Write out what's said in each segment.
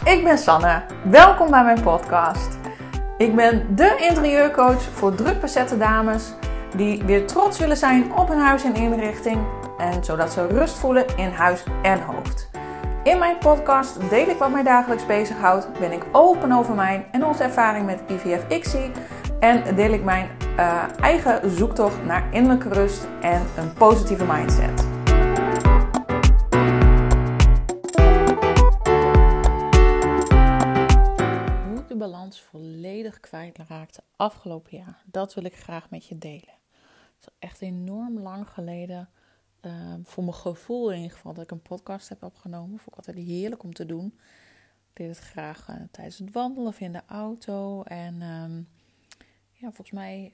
ik ben Sanne. Welkom bij mijn podcast. Ik ben dé interieurcoach voor druk bezette dames die weer trots willen zijn op hun huis en inrichting en zodat ze rust voelen in huis en hoofd. In mijn podcast deel ik wat mij dagelijks bezighoudt, ben ik open over mijn en onze ervaring met IVF-ICSI en deel ik mijn eigen zoektocht naar innerlijke rust en een positieve mindset. Hoe ik de balans volledig kwijtraakte afgelopen jaar, dat wil ik graag met je delen. Het is echt enorm lang geleden, voor mijn gevoel in ieder geval, dat ik een podcast heb opgenomen. Vond ik altijd heerlijk om te doen. Ik deed het graag tijdens het wandelen of in de auto. En volgens mij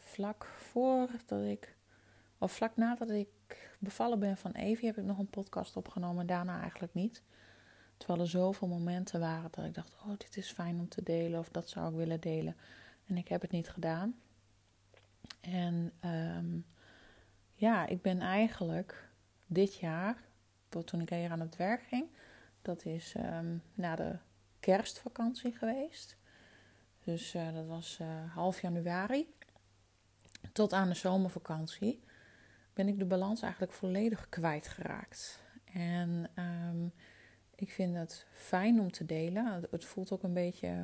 vlak nadat ik bevallen ben van Evie, heb ik nog een podcast opgenomen. Daarna eigenlijk niet. Terwijl er zoveel momenten waren dat ik dacht, oh, dit is fijn om te delen. Of dat zou ik willen delen. En ik heb het niet gedaan. En ik ben eigenlijk dit jaar, toen ik hier aan het werk ging, dat is na de kerstvakantie geweest. Dus dat was half januari tot aan de zomervakantie, ben ik de balans eigenlijk volledig kwijtgeraakt. En ik vind het fijn om te delen. Het voelt ook een beetje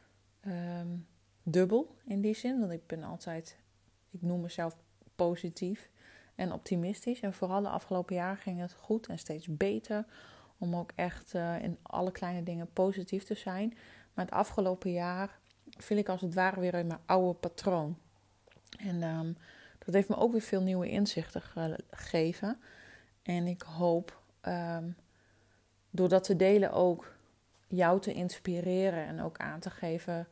dubbel in die zin, want ik noem mezelf positief en optimistisch. En vooral de afgelopen jaar ging het goed en steeds beter. Om ook echt in alle kleine dingen positief te zijn. Maar het afgelopen jaar viel ik als het ware weer in mijn oude patroon. En dat heeft me ook weer veel nieuwe inzichten gegeven. En ik hoop door dat te delen ook jou te inspireren. En ook aan te geven.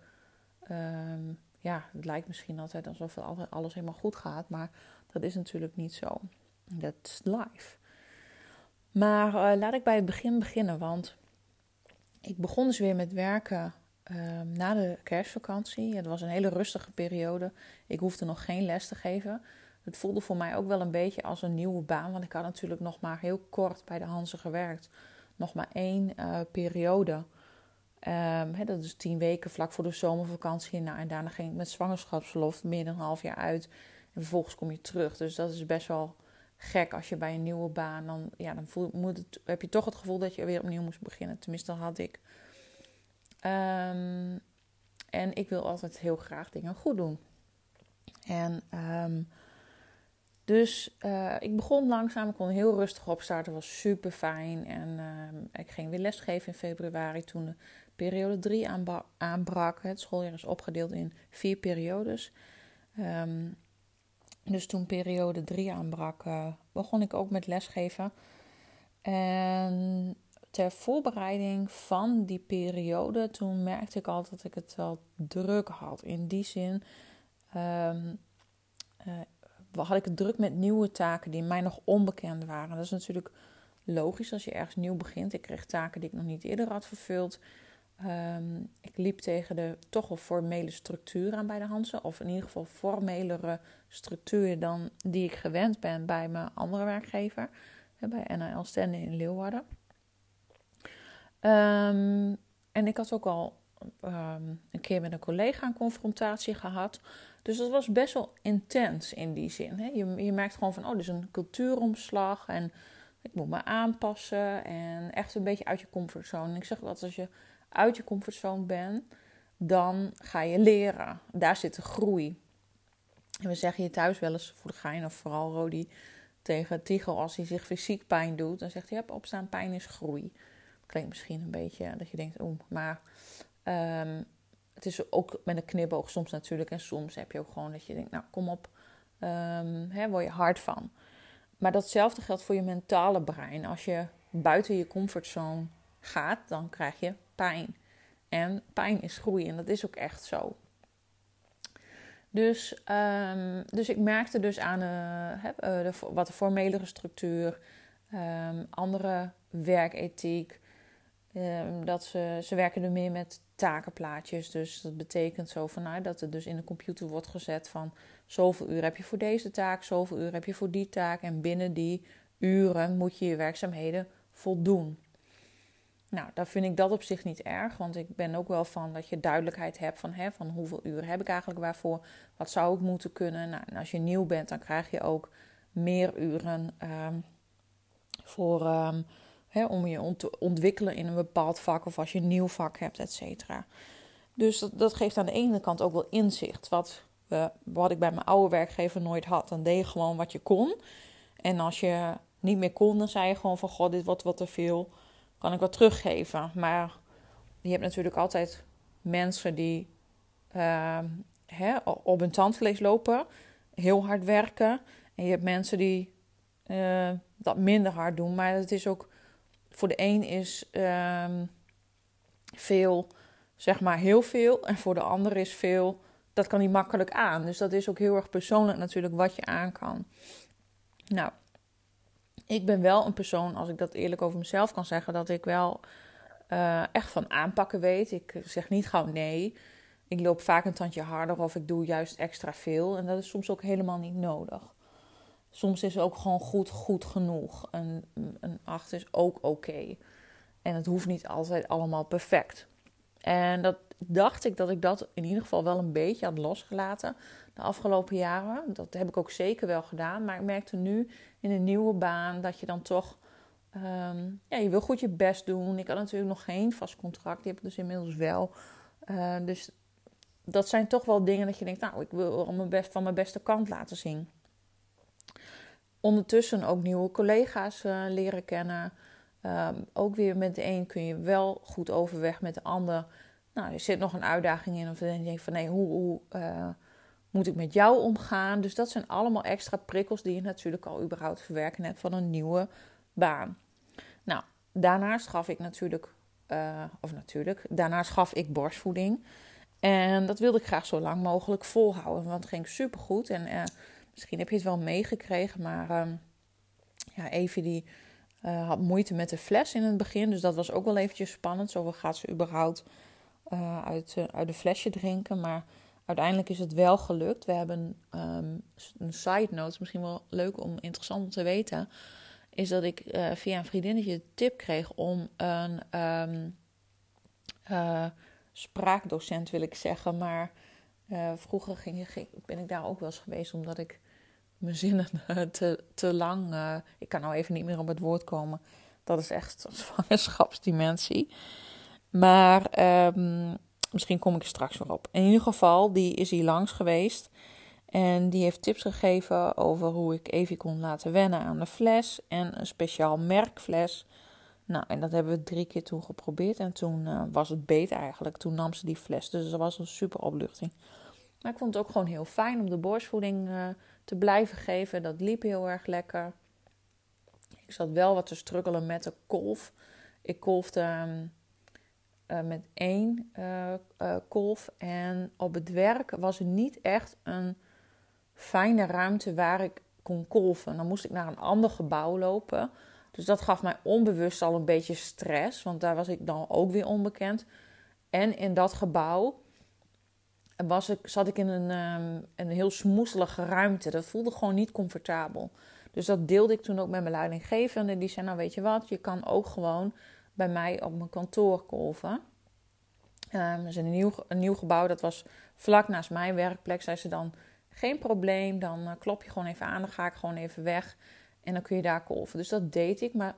Het lijkt misschien altijd alsof alles helemaal goed gaat. Maar dat is natuurlijk niet zo. That's life. Maar laat ik bij het begin beginnen. Want ik begon dus weer met werken na de kerstvakantie. Het was een hele rustige periode. Ik hoefde nog geen les te geven. Het voelde voor mij ook wel een beetje als een nieuwe baan. Want ik had natuurlijk nog maar heel kort bij de Hanze gewerkt. Nog maar 1 periode. Dat is 10 weken vlak voor de zomervakantie. Nou, en daarna ging ik met zwangerschapsverlof meer dan een half jaar uit. En vervolgens kom je terug. Dus dat is best wel gek als je bij een nieuwe baan... dan heb je toch het gevoel dat je weer opnieuw moest beginnen. Tenminste, dat had ik. En ik wil altijd heel graag dingen goed doen. En ik begon langzaam. Ik kon heel rustig opstarten. Het was super fijn. En ik ging weer lesgeven in februari toen de periode 3 aanbrak. Het schooljaar is opgedeeld in 4 periodes. Dus toen periode 3 aanbrak, begon ik ook met lesgeven. En ter voorbereiding van die periode, toen merkte ik al dat ik het wel druk had. In die zin had ik het druk met nieuwe taken die mij nog onbekend waren. Dat is natuurlijk logisch als je ergens nieuw begint. Ik kreeg taken die ik nog niet eerder had vervuld. Ik liep tegen de toch wel formele structuur aan bij de Hanze. Of in ieder geval formelere structuur dan die ik gewend ben bij mijn andere werkgever. Bij NAL Stende in Leeuwarden. En ik had ook al een keer met een collega een confrontatie gehad. Dus dat was best wel intens in die zin. Hè? Je merkt gewoon van, dit is een cultuuromslag. En ik moet me aanpassen. En echt een beetje uit je comfortzone. En ik zeg dat als je uit je comfortzone bent, dan ga je leren. Daar zit de groei. En we zeggen je thuis wel eens voor de gein, of vooral Rodi, tegen Tigo als hij zich fysiek pijn doet. Dan zegt hij, opstaan pijn is groei. Klinkt misschien een beetje dat je denkt, maar het is ook met een knipoog soms natuurlijk. En soms heb je ook gewoon dat je denkt, nou kom op, word je hard van. Maar datzelfde geldt voor je mentale brein. Als je buiten je comfortzone gaat, dan krijg je pijn. En pijn is groei en dat is ook echt zo. Dus ik merkte dus aan wat formelere structuur, andere werkethiek. Dat ze werken er meer met takenplaatjes. Dus dat betekent zo van, dat er dus in de computer wordt gezet van zoveel uur heb je voor deze taak, zoveel uur heb je voor die taak. En binnen die uren moet je je werkzaamheden voldoen. Nou, dan vind ik dat op zich niet erg. Want ik ben ook wel van dat je duidelijkheid hebt van hoeveel uren heb ik eigenlijk waarvoor. Wat zou ik moeten kunnen. Nou, en als je nieuw bent, dan krijg je ook meer uren om je te ontwikkelen in een bepaald vak. Of als je een nieuw vak hebt, et cetera. Dus dat geeft aan de ene kant ook wel inzicht. Wat ik bij mijn oude werkgever nooit had. Dan deed je gewoon wat je kon. En als je niet meer kon, dan zei je gewoon van... Goh, dit wordt wat te veel. Kan ik wat teruggeven. Maar je hebt natuurlijk altijd mensen die op hun tandvlees lopen. Heel hard werken. En je hebt mensen die dat minder hard doen. Maar het is ook... Voor de een is veel, zeg maar heel veel. En voor de ander is veel... Dat kan niet makkelijk aan. Dus dat is ook heel erg persoonlijk natuurlijk wat je aan kan. Nou, ik ben wel een persoon, als ik dat eerlijk over mezelf kan zeggen... dat ik wel echt van aanpakken weet. Ik zeg niet gauw nee. Ik loop vaak een tandje harder of ik doe juist extra veel. En dat is soms ook helemaal niet nodig. Soms is het ook gewoon goed genoeg. Een 8 is ook oké. En het hoeft niet altijd allemaal perfect. En dat dacht ik dat ik dat in ieder geval wel een beetje had losgelaten de afgelopen jaren. Dat heb ik ook zeker wel gedaan. Maar ik merkte nu in een nieuwe baan dat je dan toch... je wil goed je best doen. Ik had natuurlijk nog geen vast contract. Die heb ik dus inmiddels wel. Dus dat zijn toch wel dingen dat je denkt... Nou, ik wil van mijn beste kant laten zien. Ondertussen ook nieuwe collega's leren kennen. Ook weer met de een kun je wel goed overweg, met de ander. Nou, er zit nog een uitdaging in. Of dan denk je van nee, hoe moet ik met jou omgaan? Dus dat zijn allemaal extra prikkels die je natuurlijk al überhaupt verwerken hebt van een nieuwe baan. Nou, daarnaast gaf ik daarnaast gaf ik borstvoeding. En dat wilde ik graag zo lang mogelijk volhouden. Want het ging supergoed. En misschien heb je het wel meegekregen, maar Evie die had moeite met de fles in het begin. Dus dat was ook wel eventjes spannend. Zoveel gaat ze überhaupt uit de flesje drinken. Maar uiteindelijk is het wel gelukt. We hebben een side note, misschien wel leuk interessant om te weten... is dat ik via een vriendinnetje de tip kreeg om een spraakdocent, wil ik zeggen. Maar vroeger ben ik daar ook wel eens geweest, omdat ik mijn zinnen te lang... ik kan nou even niet meer op het woord komen. Dat is echt een zwangerschapsdementie. Maar misschien kom ik er straks weer op. In ieder geval, die is hier langs geweest. En die heeft tips gegeven over hoe ik Evie kon laten wennen aan de fles. En een speciaal merkfles. Nou, en dat hebben we 3 keer toen geprobeerd. En toen was het beet eigenlijk. Toen nam ze die fles. Dus dat was een super opluchting. Maar ik vond het ook gewoon heel fijn om de borstvoeding te blijven geven. Dat liep heel erg lekker. Ik zat wel wat te struggelen met de kolf. Ik kolfde met 1 kolf. En op het werk was er niet echt een fijne ruimte waar ik kon kolven. Dan moest ik naar een ander gebouw lopen. Dus dat gaf mij onbewust al een beetje stress. Want daar was ik dan ook weer onbekend. En in dat gebouw zat ik in een heel smoeselige ruimte. Dat voelde gewoon niet comfortabel. Dus dat deelde ik toen ook met mijn leidinggevende. Die zei, nou weet je wat, je kan ook gewoon bij mij op mijn kantoor kolven. Er is een nieuw gebouw, dat was vlak naast mijn werkplek. Zei ze dan, geen probleem, dan klop je gewoon even aan. Dan ga ik gewoon even weg en dan kun je daar kolven. Dus dat deed ik, maar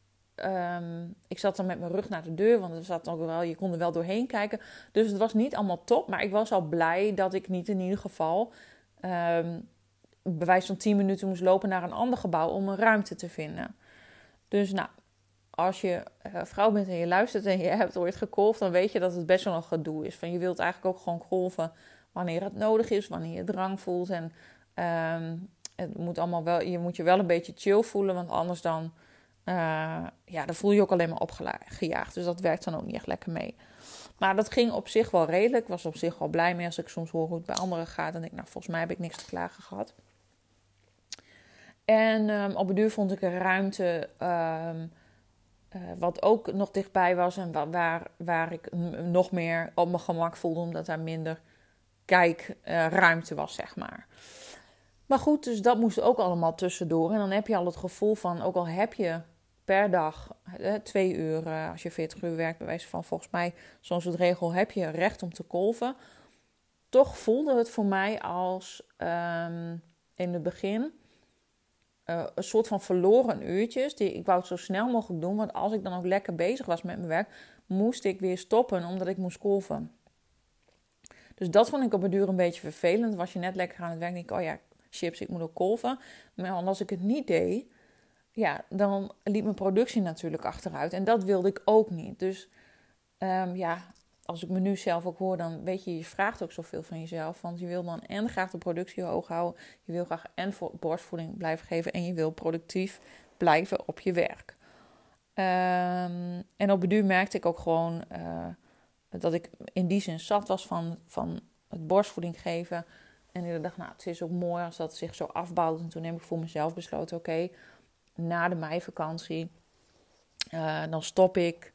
ik zat dan met mijn rug naar de deur. Want er zat ook wel, je kon er wel doorheen kijken. Dus het was niet allemaal top, maar ik was al blij dat ik niet in ieder geval... bij wijze van 10 minuten moest lopen naar een ander gebouw om een ruimte te vinden. Dus nou, als je vrouw bent en je luistert en je hebt ooit gekolfd, dan weet je dat het best wel een gedoe is. Van je wilt eigenlijk ook gewoon kolven wanneer het nodig is, wanneer je drang voelt. En het moet allemaal wel, je moet je wel een beetje chill voelen, want anders dan voel je je ook alleen maar opgejaagd. Dus dat werkt dan ook niet echt lekker mee. Maar dat ging op zich wel redelijk. Ik was op zich wel blij mee als ik soms hoor hoe het bij anderen gaat. Dan denk ik, nou, volgens mij heb ik niks te klagen gehad. En op een duur vond ik een ruimte wat ook nog dichtbij was. En waar ik nog meer op mijn gemak voelde. Omdat daar minder kijkruimte was, zeg maar. Maar goed, dus dat moest ook allemaal tussendoor. En dan heb je al het gevoel van, ook al heb je per dag 2 uur, als je 40 uur werkt, bij wijze van volgens mij, zo'n soort regel, heb je recht om te kolven. Toch voelde het voor mij als in het begin een soort van verloren uurtjes. Ik wou het zo snel mogelijk doen, want als ik dan ook lekker bezig was met mijn werk, moest ik weer stoppen omdat ik moest kolven. Dus dat vond ik op een duur een beetje vervelend. Was je net lekker aan het werk, denk ik, oh ja, chips, ik moet ook kolven. Maar als ik het niet deed, ja, dan liep mijn productie natuurlijk achteruit. En dat wilde ik ook niet. Dus als ik me nu zelf ook hoor, dan weet je, je vraagt ook zoveel van jezelf. Want je wil dan en graag de productie hoog houden. Je wil graag en borstvoeding blijven geven. En je wil productief blijven op je werk. En op een duur merkte ik ook gewoon dat ik in die zin zat was van het borstvoeding geven. En ik dacht, nou, het is ook mooi als dat zich zo afbouwt. En toen heb ik voor mezelf besloten, oké, na de meivakantie, dan stop ik.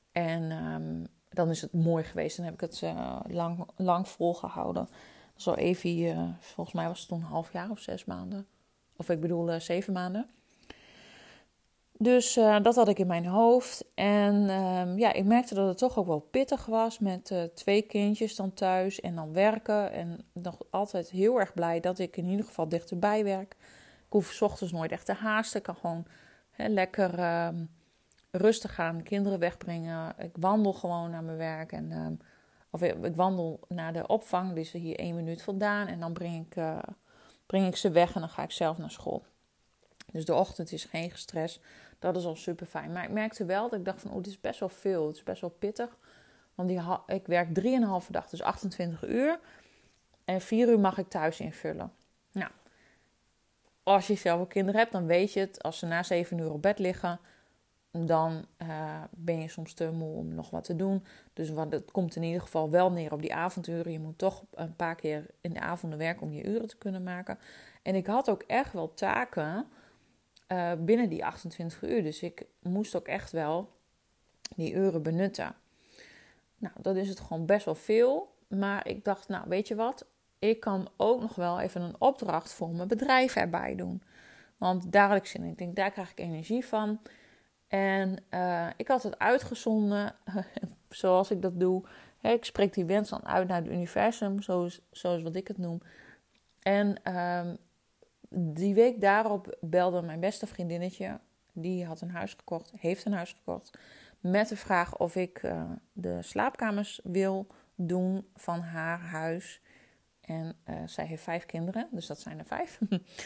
En dan is het mooi geweest. Dan heb ik het lang volgehouden. Zo even, volgens mij was het toen een half jaar of 6 maanden. Of ik bedoel 7 maanden. Dus dat had ik in mijn hoofd. En ik merkte dat het toch ook wel pittig was met 2 kindjes dan thuis en dan werken. En nog altijd heel erg blij dat ik in ieder geval dichterbij werk. Ik hoef 's ochtends nooit echt te haasten. Ik kan gewoon lekker rustig gaan, kinderen wegbrengen. Ik wandel gewoon naar mijn werk. Of ik wandel naar de opvang, die is hier 1 minuut vandaan. En dan breng ik ze weg en dan ga ik zelf naar school. Dus de ochtend is geen stress. Dat is al super fijn. Maar ik merkte wel dat ik dacht van, dit is best wel veel. Het is best wel pittig. Want ik werk 3,5 dag, dus 28 uur. En 4 uur mag ik thuis invullen. Nou, als je zelf ook kinderen hebt, dan weet je het. Als ze na 7 uur op bed liggen, dan ben je soms te moe om nog wat te doen. Dus het komt in ieder geval wel neer op die avonduren. Je moet toch een paar keer in de avonden werken om je uren te kunnen maken. En ik had ook echt wel taken binnen die 28 uur. Dus ik moest ook echt wel die uren benutten. Nou, dat is het gewoon best wel veel. Maar ik dacht, nou, weet je wat? Ik kan ook nog wel even een opdracht voor mijn bedrijf erbij doen. Want daar had ik zin in. Ik denk, daar krijg ik energie van. En ik had het uitgezonden, zoals ik dat doe. Ik spreek die wens dan uit naar het universum, zoals wat ik het noem. En die week daarop belde mijn beste vriendinnetje. Die heeft een huis gekocht. Met de vraag of ik de slaapkamers wil doen van haar huis. En zij heeft 5 kinderen, dus dat zijn er 5.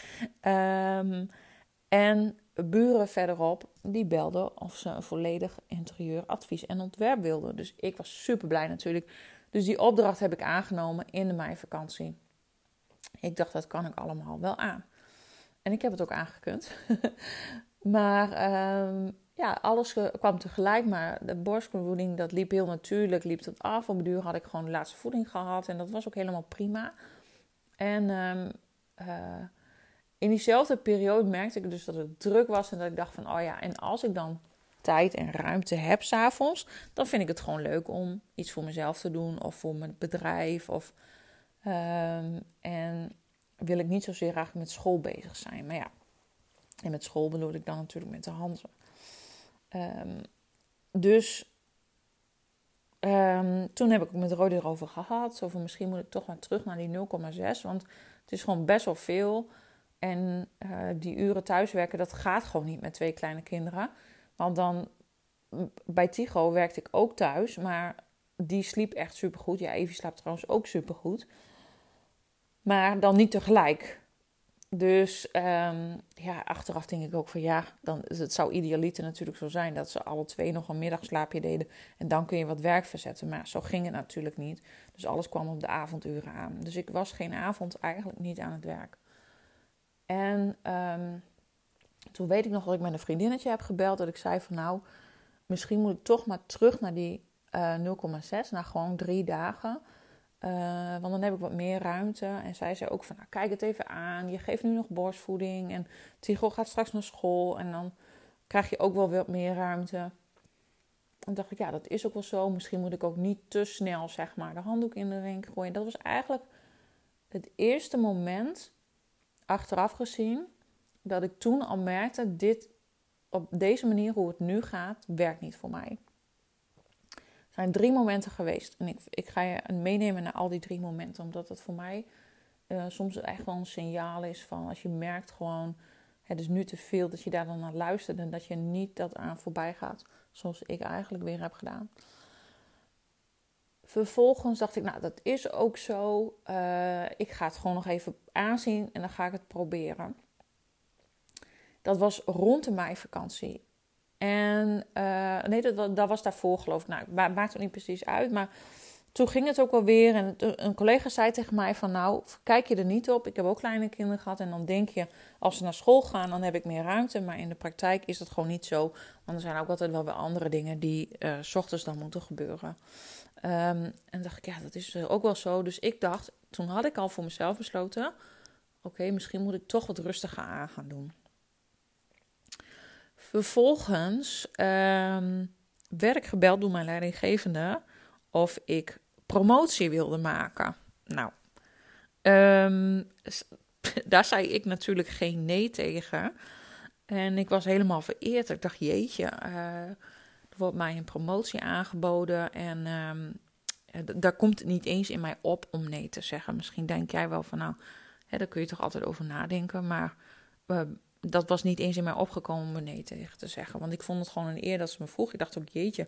En buren verderop, die belden of ze een volledig interieuradvies en ontwerp wilden. Dus ik was super blij natuurlijk. Dus die opdracht heb ik aangenomen in de meivakantie. Ik dacht, dat kan ik allemaal wel aan. En ik heb het ook aangekund. Maar alles kwam tegelijk. Maar de borstvoeding, dat liep heel natuurlijk, liep dat af. Op een duur had ik gewoon de laatste voeding gehad. En dat was ook helemaal prima. En in diezelfde periode merkte ik dus dat het druk was. En dat ik dacht van, en als ik dan tijd en ruimte heb 's avonds, dan vind ik het gewoon leuk om iets voor mezelf te doen. Of voor mijn bedrijf. En wil ik niet zozeer eigenlijk met school bezig zijn. Maar ja, en met school bedoel ik dan natuurlijk met de handen. Toen heb ik met Rodi erover gehad. Zo van, misschien moet ik toch maar terug naar die 0,6. Want het is gewoon best wel veel. En die uren thuiswerken, dat gaat gewoon niet met 2 kleine kinderen. Want dan, bij Tigo werkte ik ook thuis. Maar die sliep echt supergoed. Ja, Evie slaapt trouwens ook supergoed. Maar dan niet tegelijk. Dus achteraf denk ik ook van het zou idealiter natuurlijk zo zijn dat ze alle 2 nog een middagslaapje deden. En dan kun je wat werk verzetten. Maar zo ging het natuurlijk niet. Dus alles kwam op de avonduren aan. Dus ik was geen avond eigenlijk niet aan het werk. En toen weet ik nog dat ik met een vriendinnetje heb gebeld. Dat ik zei van misschien moet ik toch maar terug naar die 0,6. Naar gewoon 3 dagen. Want dan heb ik wat meer ruimte. En zij zei ook van, kijk het even aan. Je geeft nu nog borstvoeding. En Tigo gaat straks naar school. En dan krijg je ook wel wat meer ruimte. En dacht ik, dat is ook wel zo. Misschien moet ik ook niet te snel, zeg maar, de handdoek in de ring gooien. Dat was eigenlijk het eerste moment, achteraf gezien, dat ik toen al merkte, dit op deze manier, hoe het nu gaat, werkt niet voor mij. Er zijn 3 momenten geweest. En ik ga je meenemen naar al die 3 momenten. Omdat het voor mij soms echt wel een signaal is van als je merkt gewoon, het is nu te veel, dat je daar dan naar luistert en dat je niet dat aan voorbij gaat. Zoals ik eigenlijk weer heb gedaan. Vervolgens dacht ik, nou dat is ook zo. Ik ga het gewoon nog even aanzien en dan ga ik het proberen. Dat was rond de meivakantie. En nee, dat was daarvoor geloof ik. Nou, maakt het niet precies uit. Maar toen ging het ook wel weer. En een collega zei tegen mij van nou, kijk je er niet op. Ik heb ook kleine kinderen gehad. En dan denk je, als ze naar school gaan, dan heb ik meer ruimte. Maar in de praktijk is dat gewoon niet zo. Want er zijn ook altijd wel weer andere dingen die 's ochtends dan moeten gebeuren. En dacht ik, ja, dat is ook wel zo. Dus ik dacht, toen had ik al voor mezelf besloten, oké, misschien moet ik toch wat rustiger aan gaan doen. Vervolgens werd ik gebeld door mijn leidinggevende of ik promotie wilde maken. Nou, daar zei ik natuurlijk geen nee tegen. En ik was helemaal vereerd. Ik dacht, jeetje, er wordt mij een promotie aangeboden. En daar komt het niet eens in mij op om nee te zeggen. Misschien denk jij wel van, nou, daar kun je toch altijd over nadenken. Maar dat was niet eens in mij opgekomen om er nee tegen te zeggen. Want ik vond het gewoon een eer dat ze me vroeg. Ik dacht ook, jeetje,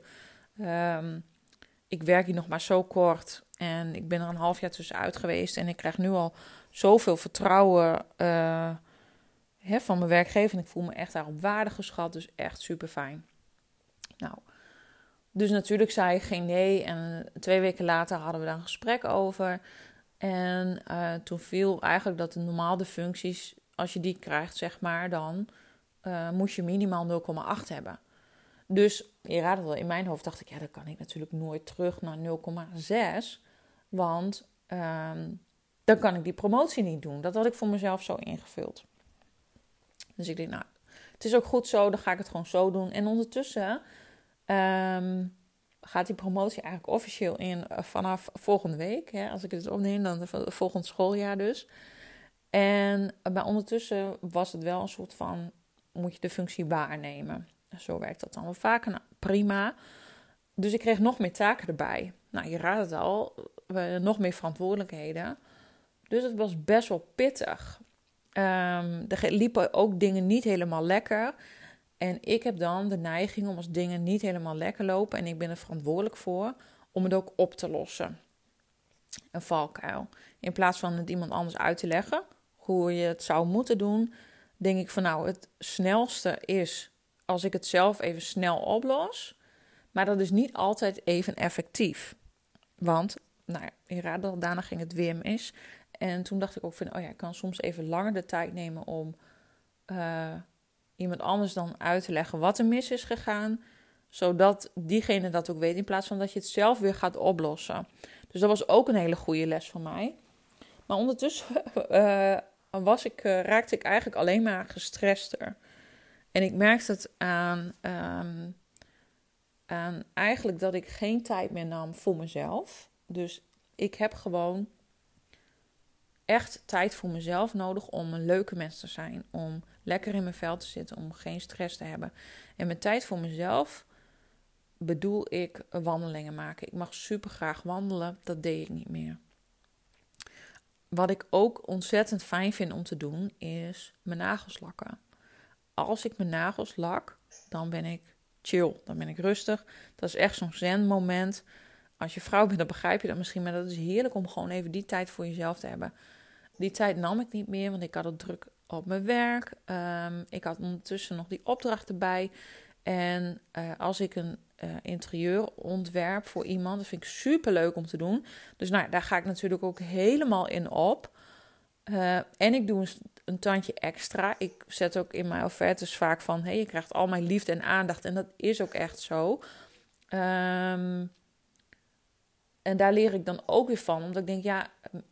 ik werk hier nog maar zo kort. En ik ben er een half jaar tussenuit geweest. En ik krijg nu al zoveel vertrouwen van mijn werkgever. En ik voel me echt daarop waardig geschat. Dus echt super fijn. Nou, dus natuurlijk zei ik geen nee. En 2 weken later hadden we daar een gesprek over. En toen viel eigenlijk dat normaal de functies, als je die krijgt, zeg maar, dan moet je minimaal 0,8 hebben. Dus je raadt het wel, in mijn hoofd dacht ik, ja, dan kan ik natuurlijk nooit terug naar 0,6. Want dan kan ik die promotie niet doen. Dat had ik voor mezelf zo ingevuld. Dus ik denk, nou, het is ook goed zo, dan ga ik het gewoon zo doen. En ondertussen gaat die promotie eigenlijk officieel in vanaf volgende week. Hè, als ik het opneem, dan volgend schooljaar dus. Maar ondertussen was het wel een soort van, moet je de functie waarnemen. Zo werkt dat dan wel vaker. Nou, prima. Dus ik kreeg nog meer taken erbij. Nou, je raadt het al, nog meer verantwoordelijkheden. Dus het was best wel pittig. Er liepen ook dingen niet helemaal lekker. En ik heb dan de neiging om als dingen niet helemaal lekker lopen, en ik ben er verantwoordelijk voor, om het ook op te lossen. Een valkuil. In plaats van het iemand anders uit te leggen hoe je het zou moeten doen, denk ik van nou, het snelste is als ik het zelf even snel oplos. Maar dat is niet altijd even effectief. Want, nou ja, je raadt al, daarna ging het weer mis. En toen dacht ik ook van, oh ja, ik kan soms even langer de tijd nemen om iemand anders dan uit te leggen wat er mis is gegaan, zodat diegene dat ook weet, in plaats van dat je het zelf weer gaat oplossen. Dus dat was ook een hele goede les van mij. Maar ondertussen raakte ik eigenlijk alleen maar gestrester. En ik merkte het aan eigenlijk dat ik geen tijd meer nam voor mezelf. Dus ik heb gewoon echt tijd voor mezelf nodig om een leuke mens te zijn. Om lekker in mijn vel te zitten, om geen stress te hebben. En met tijd voor mezelf bedoel ik wandelingen maken. Ik mag super graag wandelen, dat deed ik niet meer. Wat ik ook ontzettend fijn vind om te doen, is mijn nagels lakken. Als ik mijn nagels lak, dan ben ik chill, dan ben ik rustig. Dat is echt zo'n zen moment. Als je vrouw bent, dan begrijp je dat misschien, maar dat is heerlijk om gewoon even die tijd voor jezelf te hebben. Die tijd nam ik niet meer, want ik had het druk op mijn werk. Ik had ondertussen nog die opdracht erbij. En als ik een interieur ontwerp voor iemand, dat vind ik super leuk om te doen. Dus nou, daar ga ik natuurlijk ook helemaal in op. En ik doe een tandje extra. Ik zet ook in mijn offertes vaak van, hey, je krijgt al mijn liefde en aandacht. En dat is ook echt zo. En daar leer ik dan ook weer van. Omdat ik denk, ja,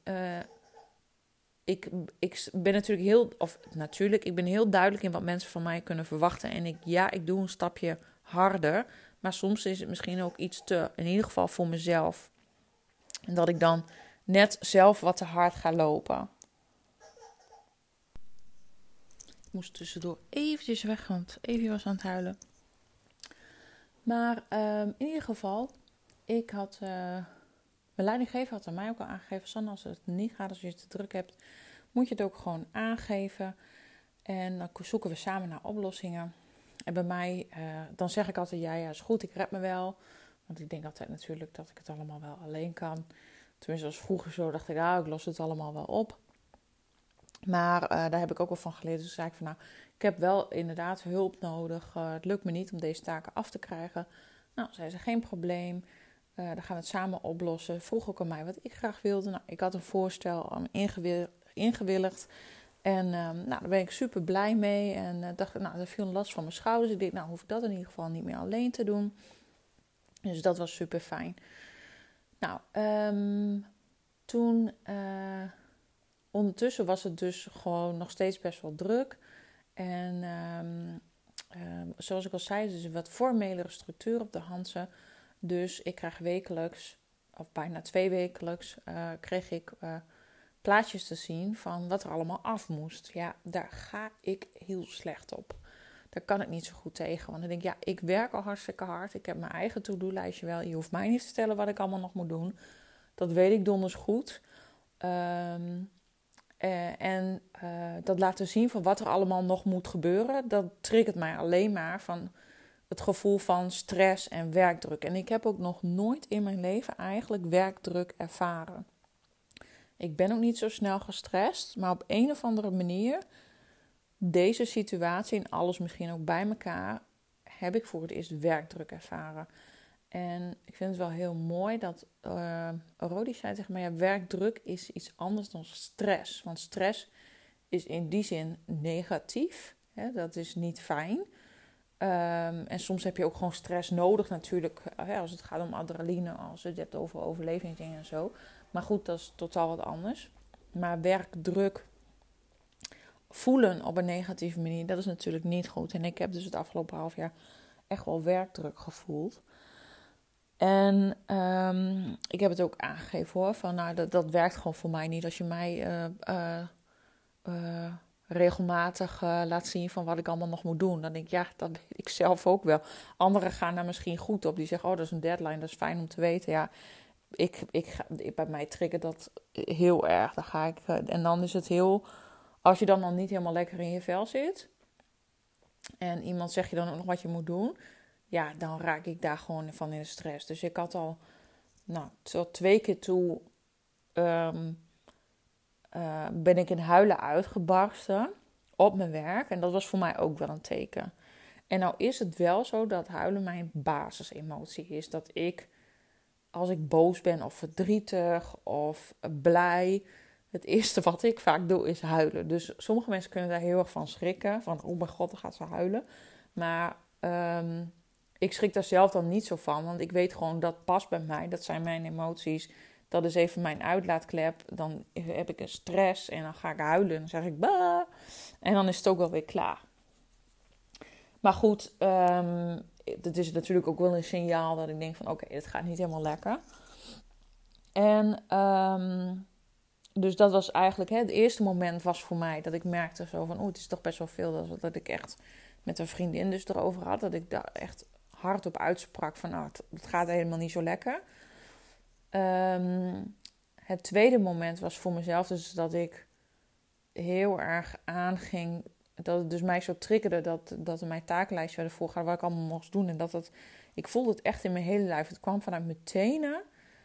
ik ben ik ben heel duidelijk in wat mensen van mij kunnen verwachten. En ik doe een stapje harder. Maar soms is het misschien ook iets te, in ieder geval voor mezelf. En dat ik dan net zelf wat te hard ga lopen. moest tussendoor eventjes weg, want Evie was aan het huilen. Maar in ieder geval, ik had... mijn leidinggever had aan mij ook al aangegeven, Sanne, als het niet gaat, als je het te druk hebt, moet je het ook gewoon aangeven. En dan zoeken we samen naar oplossingen. En bij mij, dan zeg ik altijd, ja, is goed, ik red me wel. Want ik denk altijd natuurlijk dat ik het allemaal wel alleen kan. Tenminste, als vroeger zo, dacht ik, ik los het allemaal wel op. Maar daar heb ik ook wel van geleerd. Dus zei ik van, ik heb wel inderdaad hulp nodig. Het lukt me niet om deze taken af te krijgen. Nou, zei ze, geen probleem. Dan gaan we het samen oplossen. Vroeg ook aan mij wat ik graag wilde. Nou, ik had een voorstel ingewilligd. En daar ben ik super blij mee. En dacht, er viel een last van mijn schouders. Ik dacht, hoef ik dat in ieder geval niet meer alleen te doen. Dus dat was super fijn. Nou, toen... ondertussen was het dus gewoon nog steeds best wel druk. En zoals ik al zei, het is een wat formelere structuur op de Hanze. Dus ik krijg wekelijks, of bijna 2 wekelijks, kreeg ik plaatjes te zien van wat er allemaal af moest. Ja, daar ga ik heel slecht op. Daar kan ik niet zo goed tegen. Want dan denk ik, ik werk al hartstikke hard. Ik heb mijn eigen to-do-lijstje wel. Je hoeft mij niet te vertellen wat ik allemaal nog moet doen. Dat weet ik donders goed. Dat laten zien van wat er allemaal nog moet gebeuren, dat triggert mij alleen maar van het gevoel van stress en werkdruk. En ik heb ook nog nooit in mijn leven eigenlijk werkdruk ervaren. Ik ben ook niet zo snel gestrest, maar op een of andere manier, deze situatie en alles misschien ook bij elkaar, heb ik voor het eerst werkdruk ervaren. En ik vind het wel heel mooi dat Rodi zei tegen mij, werkdruk is iets anders dan stress. Want stress is in die zin negatief. Hè? Dat is niet fijn. En soms heb je ook gewoon stress nodig natuurlijk. Als het gaat om adrenaline, als je het hebt over overlevingsdingen en zo. Maar goed, dat is totaal wat anders. Maar werkdruk voelen op een negatieve manier, dat is natuurlijk niet goed. En ik heb dus het afgelopen half jaar echt wel werkdruk gevoeld. En ik heb het ook aangegeven hoor, van dat werkt gewoon voor mij niet. Als je mij regelmatig laat zien van wat ik allemaal nog moet doen, dan denk ik, dat weet ik zelf ook wel. Anderen gaan daar misschien goed op. Die zeggen, dat is een deadline, dat is fijn om te weten. Ja, bij mij triggert dat heel erg. Dan ga ik, en dan is het heel, als je dan niet helemaal lekker in je vel zit en iemand zegt je dan ook nog wat je moet doen, dan raak ik daar gewoon van in de stress. Dus ik had al, tot 2 keer toe ben ik in huilen uitgebarsten op mijn werk. En dat was voor mij ook wel een teken. En nou is het wel zo dat huilen mijn basisemotie is. Dat ik, als ik boos ben of verdrietig of blij, het eerste wat ik vaak doe is huilen. Dus sommige mensen kunnen daar heel erg van schrikken. Van, oh mijn god, dan gaat ze huilen. Maar ik schrik daar zelf dan niet zo van. Want ik weet gewoon, dat past bij mij. Dat zijn mijn emoties. Dat is even mijn uitlaatklep. Dan heb ik een stress en dan ga ik huilen. Dan zeg ik, bah. En dan is het ook wel weer klaar. Maar goed, dat is natuurlijk ook wel een signaal dat ik denk van, oké, het gaat niet helemaal lekker. En dus dat was eigenlijk, het eerste moment was voor mij dat ik merkte zo van, het is toch best wel veel. Dat ik echt met een vriendin dus erover had. Dat ik daar echt hardop uitsprak van, het gaat helemaal niet zo lekker. Het tweede moment was voor mezelf dus dat ik heel erg aanging, dat het dus mij zo triggerde dat er mijn takenlijstje werden voorgehouden wat ik allemaal moest doen. En ik voelde het echt in mijn hele lijf. Het kwam vanuit mijn tenen.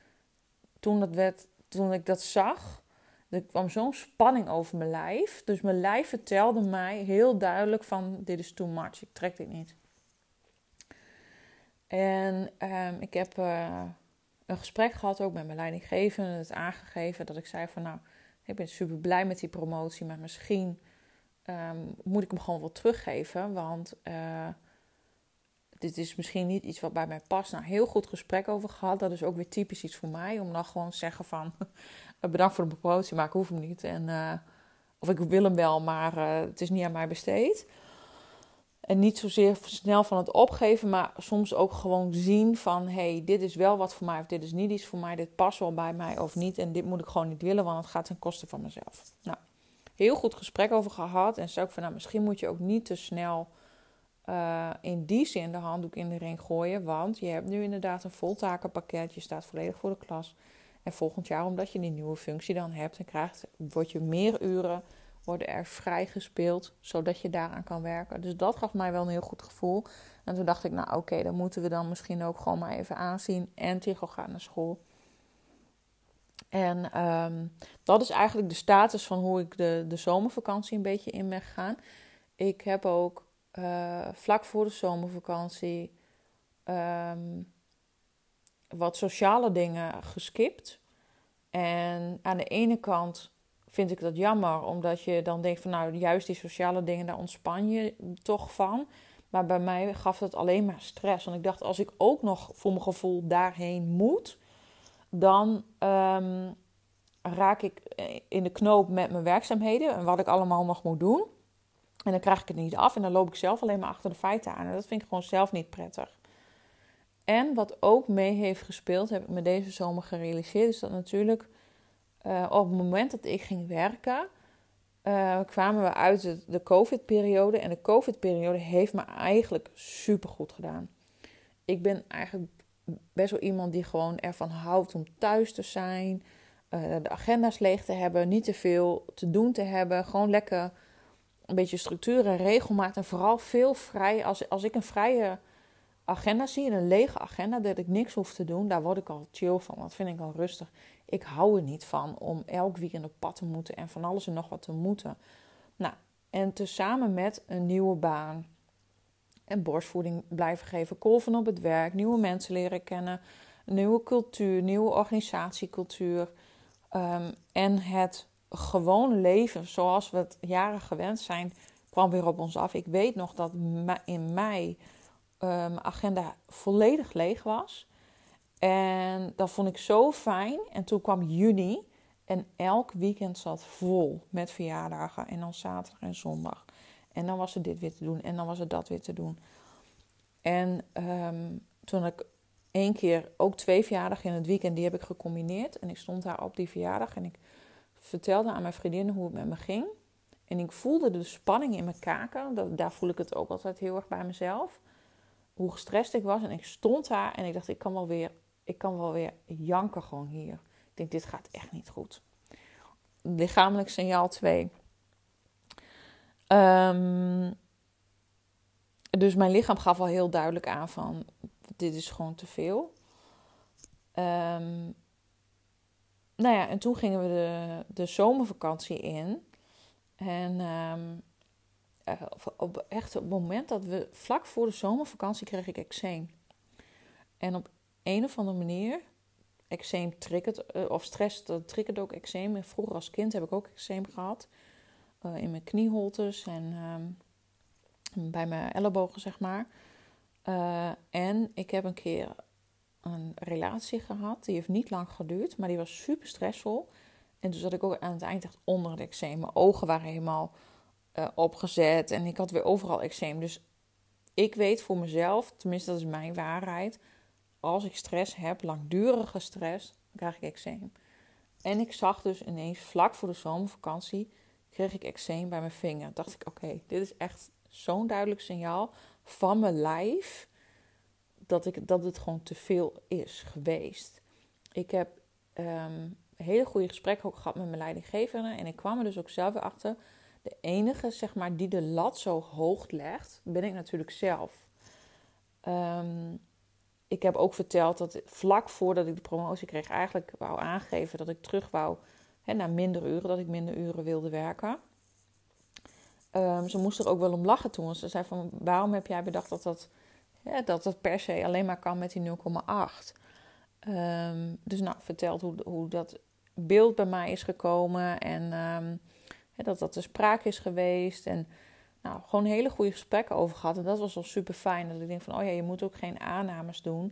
Toen ik dat zag, er kwam zo'n spanning over mijn lijf. Dus mijn lijf vertelde mij heel duidelijk van, dit is too much, ik trek dit niet. En ik heb een gesprek gehad ook met mijn leidinggevende, het aangegeven dat ik zei van, ik ben super blij met die promotie, maar misschien moet ik hem gewoon wel teruggeven, want dit is misschien niet iets wat bij mij past. Heel goed gesprek over gehad, dat is ook weer typisch iets voor mij, om dan gewoon te zeggen van, bedankt voor de promotie, maar ik hoef hem niet. Of ik wil hem wel, maar het is niet aan mij besteed. En niet zozeer snel van het opgeven, maar soms ook gewoon zien van, dit is wel wat voor mij of dit is niet iets voor mij. Dit past wel bij mij of niet en dit moet ik gewoon niet willen, want het gaat ten koste van mezelf. heel goed gesprek over gehad. En zei ook van, nou, misschien moet je ook niet te snel in die zin de handdoek in de ring gooien. Want je hebt nu inderdaad een vol takenpakket. Je staat volledig voor de klas. En volgend jaar, omdat je die nieuwe functie dan hebt en krijgt, word je meer uren, worden er vrijgespeeld, zodat je daaraan kan werken. Dus dat gaf mij wel een heel goed gevoel. En toen dacht ik, nou oké, dan moeten we dan misschien ook gewoon maar even aanzien. En Tycho gaat naar school. En dat is eigenlijk de status van hoe ik de zomervakantie een beetje in ben gegaan. Ik heb ook vlak voor de zomervakantie wat sociale dingen geskipt. En aan de ene kant vind ik dat jammer, omdat je dan denkt van nou, juist die sociale dingen, daar ontspan je toch van. Maar bij mij gaf het alleen maar stress. Want ik dacht, als ik ook nog voor mijn gevoel daarheen moet, dan raak ik in de knoop met mijn werkzaamheden en wat ik allemaal nog moet doen. En dan krijg ik het niet af en dan loop ik zelf alleen maar achter de feiten aan. En dat vind ik gewoon zelf niet prettig. En wat ook mee heeft gespeeld, heb ik me deze zomer gerealiseerd, is dat natuurlijk op het moment dat ik ging werken, kwamen we uit de COVID-periode. En de COVID-periode heeft me eigenlijk supergoed gedaan. Ik ben eigenlijk best wel iemand die gewoon ervan houdt om thuis te zijn, de agenda's leeg te hebben, niet te veel te doen te hebben. Gewoon lekker een beetje structuur en regelmaat en vooral veel vrij. Als ik een vrije agenda zie, een lege agenda, dat ik niks hoef te doen, daar word ik al chill van. Dat vind ik al rustig. Ik hou er niet van om elk weekend op pad te moeten en van alles en nog wat te moeten. Nou, en tezamen met een nieuwe baan en borstvoeding blijven geven, kolven op het werk, nieuwe mensen leren kennen, nieuwe cultuur, nieuwe organisatiecultuur en het gewone leven zoals we het jaren gewend zijn, kwam weer op ons af. Ik weet nog dat in mei mijn agenda volledig leeg was. En dat vond ik zo fijn. En toen kwam juni en elk weekend zat vol met verjaardagen. En dan zaterdag en zondag. En dan was er dit weer te doen en dan was er dat weer te doen. En toen had ik 1 keer ook 2 verjaardagen in het weekend, die heb ik gecombineerd. En ik stond daar op die verjaardag en ik vertelde aan mijn vriendinnen hoe het met me ging. En ik voelde de spanning in mijn kaken. Daar voel ik het ook altijd heel erg bij mezelf. Hoe gestrest ik was. En ik stond daar en ik dacht, ik kan wel weer janken gewoon hier. Ik denk, dit gaat echt niet goed. Lichamelijk signaal 2. Dus mijn lichaam gaf al heel duidelijk aan van, dit is gewoon te veel. Nou ja, en toen gingen we de zomervakantie in. En op het moment dat we vlak voor de zomervakantie kreeg ik eczeem. En op een of andere manier, eczeem triggert, of stress, dat triggert ook eczeem. En vroeger als kind heb ik ook eczeem gehad. In mijn knieholtes en bij mijn ellebogen, zeg maar. En ik heb een keer een relatie gehad. Die heeft niet lang geduurd, maar die was super stressvol. En toen zat ik ook aan het eind echt onder het eczeem. Mijn ogen waren helemaal opgezet en ik had weer overal eczeem. Dus ik weet voor mezelf, tenminste dat is mijn waarheid, als ik stress heb, langdurige stress, dan krijg ik eczeem. En ik zag dus ineens vlak voor de zomervakantie, kreeg ik eczeem bij mijn vinger. Dacht ik, oké, dit is echt zo'n duidelijk signaal van mijn lijf dat het gewoon te veel is geweest. Ik heb hele goede gesprekken ook gehad met mijn leidinggevende en ik kwam er dus ook zelf weer achter. De enige, zeg maar, die de lat zo hoog legt, ben ik natuurlijk zelf. Ik heb ook verteld dat vlak voordat ik de promotie kreeg, eigenlijk wou aangeven dat ik terug wou naar minder uren, dat ik minder uren wilde werken. Ze moest er ook wel om lachen toen. Ze zei van, waarom heb jij bedacht dat dat per se alleen maar kan met die 0,8? Dus nou, verteld hoe dat beeld bij mij is gekomen en dat er sprake is geweest. En nou, gewoon hele goede gesprekken over gehad. En dat was wel super fijn. Dat ik denk van, oh ja, je moet ook geen aannames doen.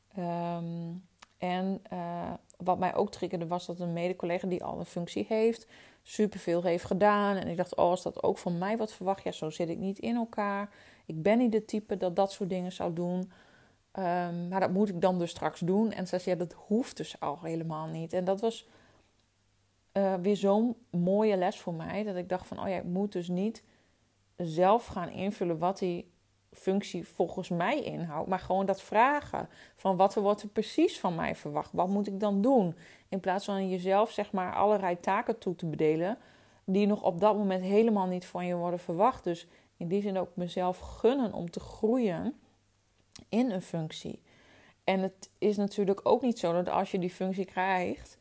Wat mij ook triggerde was dat een mede-collega die al een functie heeft, superveel heeft gedaan. En ik dacht, oh, als dat ook van mij wat verwacht, ja, zo zit ik niet in elkaar. Ik ben niet de type dat soort dingen zou doen. Maar dat moet ik dan dus straks doen. En ze zei, ja, dat hoeft dus al helemaal niet. En dat was weer zo'n mooie les voor mij. Dat ik dacht van, ik moet dus niet zelf gaan invullen wat die functie volgens mij inhoudt. Maar gewoon dat vragen van wat wordt er precies van mij verwacht. Wat moet ik dan doen? In plaats van jezelf zeg maar allerlei taken toe te bedelen die nog op dat moment helemaal niet van je worden verwacht. Dus in die zin ook mezelf gunnen om te groeien in een functie. En het is natuurlijk ook niet zo dat als je die functie krijgt,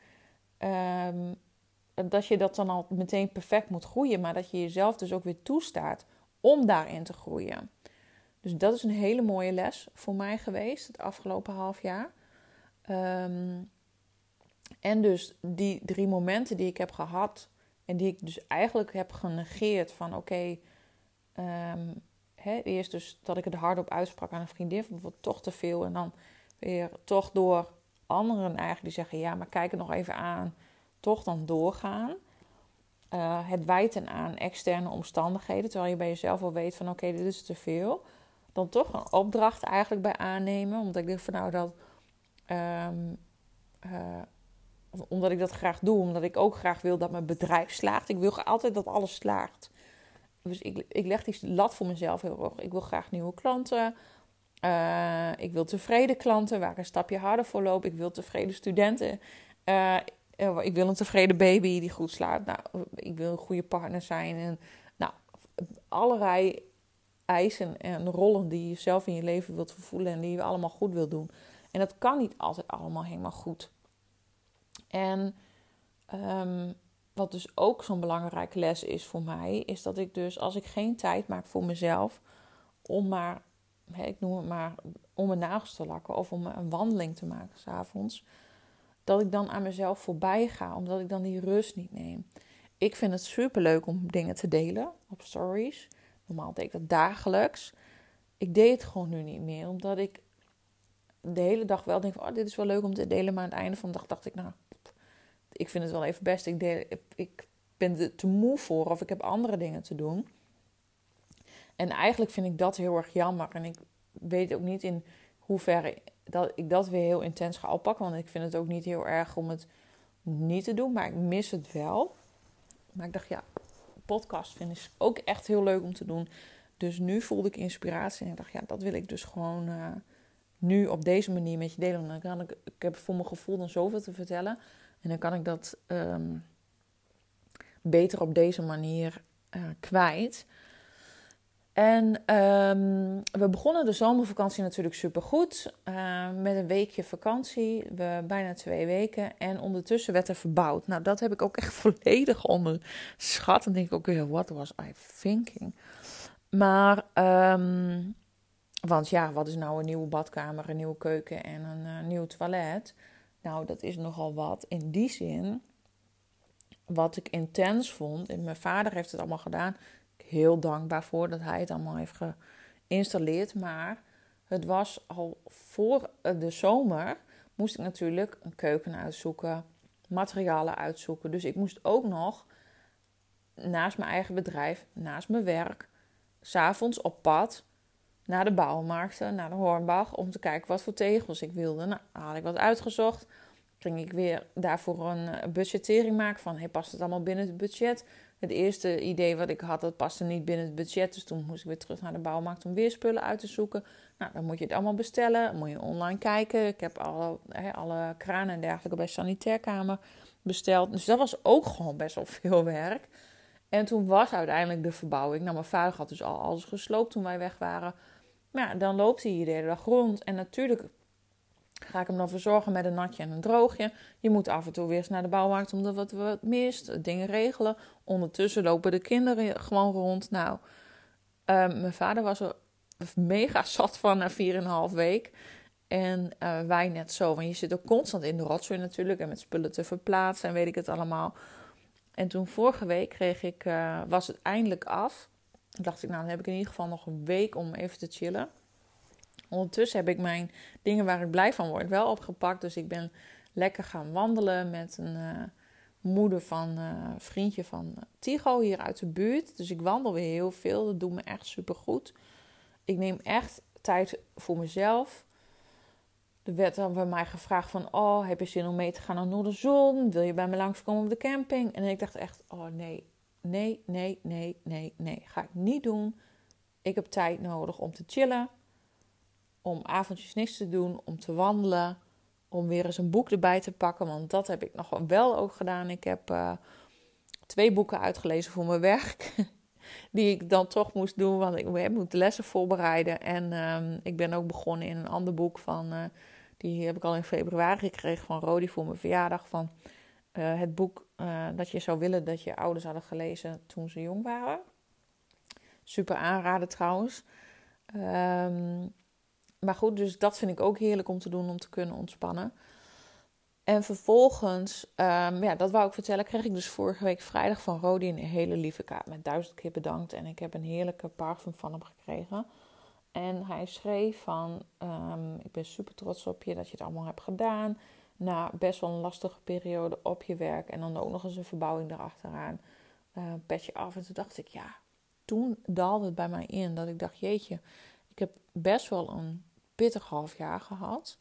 dat je dat dan al meteen perfect moet groeien. Maar dat je jezelf dus ook weer toestaat om daarin te groeien. Dus dat is een hele mooie les voor mij geweest het afgelopen half jaar. En dus die 3 momenten die ik heb gehad en die ik dus eigenlijk heb genegeerd van eerst dus dat ik het hardop uitsprak aan een vriendin van bijvoorbeeld toch te veel en dan weer toch door anderen eigenlijk die zeggen ja, maar kijk het nog even aan, toch dan doorgaan. Het wijten aan externe omstandigheden, terwijl je bij jezelf al weet van oké, dit is te veel. Dan toch een opdracht eigenlijk bij aannemen, omdat ik denk van omdat ik dat graag doe, omdat ik ook graag wil dat mijn bedrijf slaagt. Ik wil altijd dat alles slaagt. Dus ik leg die lat voor mezelf heel hoog. Ik wil graag nieuwe klanten. Ik wil tevreden klanten waar ik een stapje harder voor loop. Ik wil tevreden studenten. Ik wil een tevreden baby die goed slaapt. Nou, ik wil een goede partner zijn. En, allerlei eisen en rollen die je zelf in je leven wilt vervoelen en die je allemaal goed wilt doen. En dat kan niet altijd allemaal helemaal goed. En wat dus ook zo'n belangrijke les is voor mij, is dat ik dus als ik geen tijd maak voor mezelf om maar, ik noem het maar, om mijn nagels te lakken of om een wandeling te maken 's avonds, dat ik dan aan mezelf voorbij ga, omdat ik dan die rust niet neem. Ik vind het superleuk om dingen te delen op stories. Normaal deed ik dat dagelijks. Ik deed het gewoon nu niet meer, omdat ik de hele dag wel denk van, dit is wel leuk om te delen, maar aan het einde van de dag dacht ik, ik vind het wel even best. Ik ben er te moe voor of ik heb andere dingen te doen. En eigenlijk vind ik dat heel erg jammer. En ik weet ook niet in hoeverre dat ik dat weer heel intens ga oppakken. Want ik vind het ook niet heel erg om het niet te doen. Maar ik mis het wel. Maar ik dacht, podcast vind ik ook echt heel leuk om te doen. Dus nu voelde ik inspiratie. En ik dacht, dat wil ik dus gewoon nu op deze manier met je delen. Dan kan ik heb voor mijn gevoel dan zoveel te vertellen. En dan kan ik dat beter op deze manier kwijt. En we begonnen de zomervakantie natuurlijk supergoed. Met een weekje vakantie. Bijna 2 weken. En ondertussen werd er verbouwd. Nou, dat heb ik ook echt volledig onderschat. En denk ik ook weer, what was I thinking? Maar, want wat is nou een nieuwe badkamer, een nieuwe keuken en een nieuw toilet? Nou, dat is nogal wat. In die zin, wat ik intens vond, en mijn vader heeft het allemaal gedaan, heel dankbaar voor dat hij het allemaal heeft geïnstalleerd. Maar het was al voor de zomer, moest ik natuurlijk een keuken uitzoeken, materialen uitzoeken. Dus ik moest ook nog, naast mijn eigen bedrijf, naast mijn werk, 's avonds op pad naar de bouwmarkten, naar de Hornbach, om te kijken wat voor tegels ik wilde. Nou, had ik wat uitgezocht. Ging ik weer daarvoor een budgettering maken van, past het allemaal binnen het budget? Het eerste idee wat ik had, dat paste niet binnen het budget. Dus toen moest ik weer terug naar de bouwmarkt om weer spullen uit te zoeken. Nou, dan moet je het allemaal bestellen. Dan moet je online kijken. Ik heb alle kranen en dergelijke bij Sanitairkamer besteld. Dus dat was ook gewoon best wel veel werk. En toen was uiteindelijk de verbouwing. Nou, mijn vader had dus al alles gesloopt toen wij weg waren. Maar dan loopt hij hier de hele dag rond. En natuurlijk ga ik hem dan verzorgen met een natje en een droogje. Je moet af en toe weer eens naar de bouwmarkt omdat wat mist. Dingen regelen. Ondertussen lopen de kinderen gewoon rond. Nou, mijn vader was er mega zat van na 4,5 week. En wij net zo. Want je zit ook constant in de rotzooi natuurlijk. En met spullen te verplaatsen en weet ik het allemaal. En toen vorige week was het eindelijk af. Toen dacht ik, dan heb ik in ieder geval nog een week om even te chillen. Ondertussen heb ik mijn dingen waar ik blij van word wel opgepakt. Dus ik ben lekker gaan wandelen met een moeder van een vriendje van Tigo hier uit de buurt. Dus ik wandel weer heel veel. Dat doet me echt supergoed. Ik neem echt tijd voor mezelf. Er werd dan bij mij gevraagd van, oh, heb je zin om mee te gaan naar Noorderzon? Wil je bij me langskomen op de camping? En ik dacht echt, oh nee. Ga ik niet doen. Ik heb tijd nodig om te chillen, om avondjes niks te doen, om te wandelen, om weer eens een boek erbij te pakken. Want dat heb ik nog wel ook gedaan. Ik heb 2 boeken uitgelezen voor mijn werk. Die ik dan toch moest doen, want ik moet de lessen voorbereiden. En ik ben ook begonnen in een ander boek van... die heb ik al in februari gekregen van Rodi voor mijn verjaardag. Van het boek dat je zou willen dat je ouders hadden gelezen toen ze jong waren. Super aanraden trouwens. Maar goed, dus dat vind ik ook heerlijk om te doen, om te kunnen ontspannen. En vervolgens, dat wou ik vertellen, kreeg ik dus vorige week vrijdag van Rodi een hele lieve kaart met 1000 keer bedankt. En ik heb een heerlijke parfum van hem gekregen. En hij schreef van, ik ben super trots op je dat je het allemaal hebt gedaan. Na best wel een lastige periode op je werk. En dan ook nog eens een verbouwing erachteraan. Petje af. En toen dacht ik, toen daalde het bij mij in. Dat ik dacht, jeetje, ik heb best wel een pittig half jaar gehad.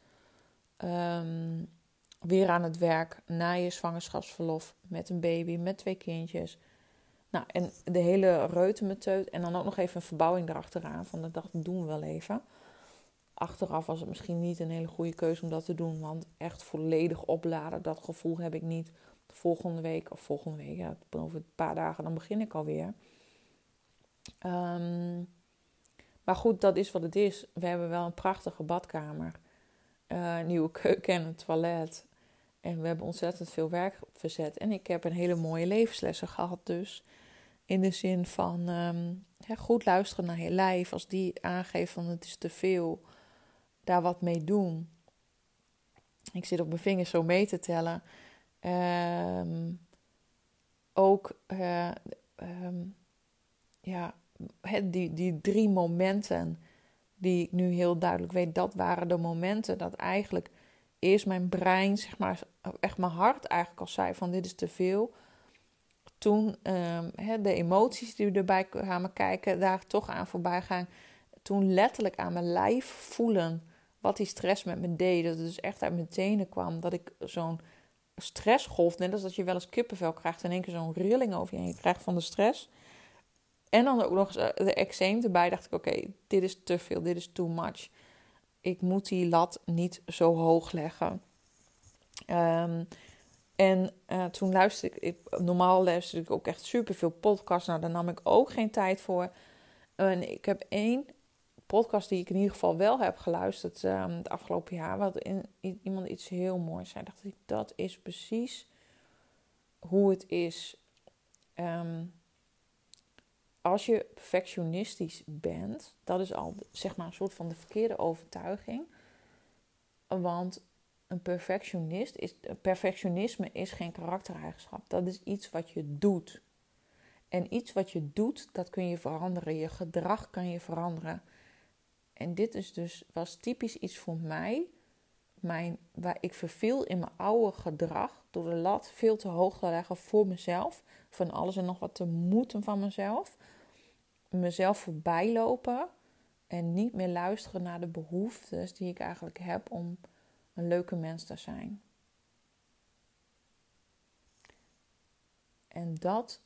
Weer aan het werk, na je zwangerschapsverlof, met een baby, met 2 kindjes. Nou, en de hele reutemeteut. En dan ook nog even een verbouwing erachteraan. Van ik dacht, dat doen we wel even. Achteraf was het misschien niet een hele goede keuze om dat te doen. Want echt volledig opladen, dat gevoel heb ik niet. Volgende week, over een paar dagen, dan begin ik alweer. Maar goed, dat is wat het is. We hebben wel een prachtige badkamer. Nieuwe keuken en een toilet. En we hebben ontzettend veel werk verzet. En ik heb een hele mooie levenslessen gehad dus. In de zin van goed luisteren naar je lijf. Als die aangeeft van het is te veel, daar wat mee doen. Ik zit op mijn vingers zo mee te tellen. Die 3 momenten die ik nu heel duidelijk weet, dat waren de momenten dat eigenlijk eerst mijn brein, zeg maar, echt mijn hart eigenlijk al zei van dit is te veel. Toen de emoties die erbij kwamen kijken, daar toch aan voorbij gaan. Toen letterlijk aan mijn lijf voelen wat die stress met me deed. Dat het dus echt uit mijn tenen kwam. Dat ik zo'n stressgolf, net als dat je wel eens kippenvel krijgt, in één keer zo'n rilling over je heen krijgt van de stress. En dan ook nog eens de eczeem erbij. Dacht ik, oké, dit is te veel, dit is too much. Ik moet die lat niet zo hoog leggen. Toen luisterde normaal luisterde ik ook echt superveel podcasts. Nou, daar nam ik ook geen tijd voor. En ik heb 1 podcast die ik in ieder geval wel heb geluisterd het afgelopen jaar. Wat iemand iets heel moois zei. Dacht ik, dat is precies hoe het is. Als je perfectionistisch bent, dat is al zeg maar een soort van de verkeerde overtuiging. Want perfectionisme is geen karaktereigenschap. Dat is iets wat je doet. En iets wat je doet, dat kun je veranderen. Je gedrag kan je veranderen. En dit was typisch iets voor mij. Waar ik verviel in mijn oude gedrag. Door de lat veel te hoog te leggen voor mezelf. Van alles en nog wat te moeten van mezelf. Mezelf voorbij lopen. En niet meer luisteren naar de behoeftes die ik eigenlijk heb om een leuke mens te zijn. En dat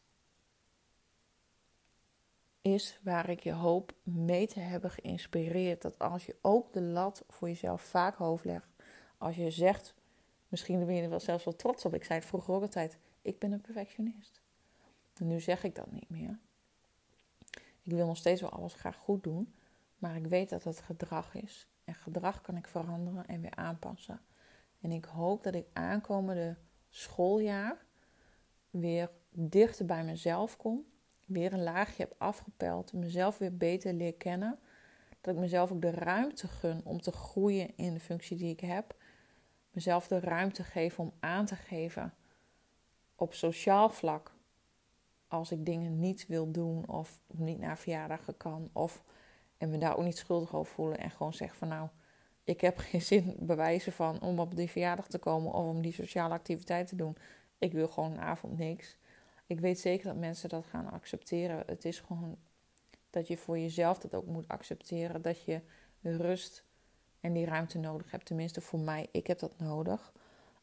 is waar ik je hoop mee te hebben geïnspireerd. Dat als je ook de lat voor jezelf vaak hoog legt. Als je zegt, misschien ben je er wel zelfs wel trots op. Ik zei het vroeger ook altijd, ik ben een perfectionist. En nu zeg ik dat niet meer. Ik wil nog steeds wel alles graag goed doen. Maar ik weet dat het gedrag is. En gedrag kan ik veranderen en weer aanpassen. En ik hoop dat ik aankomende schooljaar weer dichter bij mezelf kom. Weer een laagje heb afgepeld. Mezelf weer beter leer kennen. Dat ik mezelf ook de ruimte gun om te groeien in de functie die ik heb. Mezelf de ruimte geef om aan te geven op sociaal vlak. Als ik dingen niet wil doen of niet naar verjaardagen kan. En me daar ook niet schuldig over voelen. En gewoon zeggen van nou, ik heb geen zin bewijzen van om op die verjaardag te komen. Of om die sociale activiteit te doen. Ik wil gewoon een avond niks. Ik weet zeker dat mensen dat gaan accepteren. Het is gewoon dat je voor jezelf dat ook moet accepteren. Dat je rust en die ruimte nodig hebt. Tenminste voor mij, ik heb dat nodig.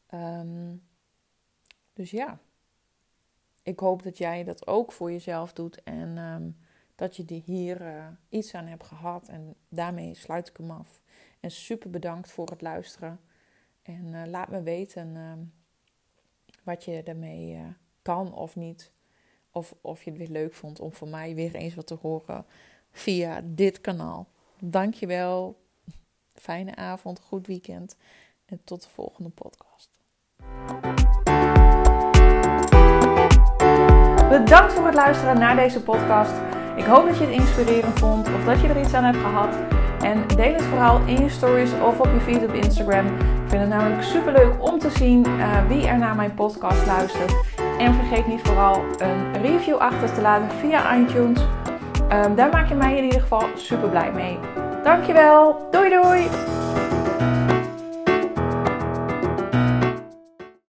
Dus ja, ik hoop dat jij dat ook voor jezelf doet en dat je hier iets aan hebt gehad. En daarmee sluit ik hem af. En super bedankt voor het luisteren. En laat me weten wat je ermee kan of niet. Of je het weer leuk vond om van mij weer eens wat te horen via dit kanaal. Dankjewel. Fijne avond, goed weekend. En tot de volgende podcast. Bedankt voor het luisteren naar deze podcast. Ik hoop dat je het inspirerend vond of dat je er iets aan hebt gehad. En deel het vooral in je stories of op je feed op Instagram. Ik vind het namelijk super leuk om te zien wie er naar mijn podcast luistert. En vergeet niet vooral een review achter te laten via iTunes. Daar maak je mij in ieder geval super blij mee. Dankjewel. Doei doei.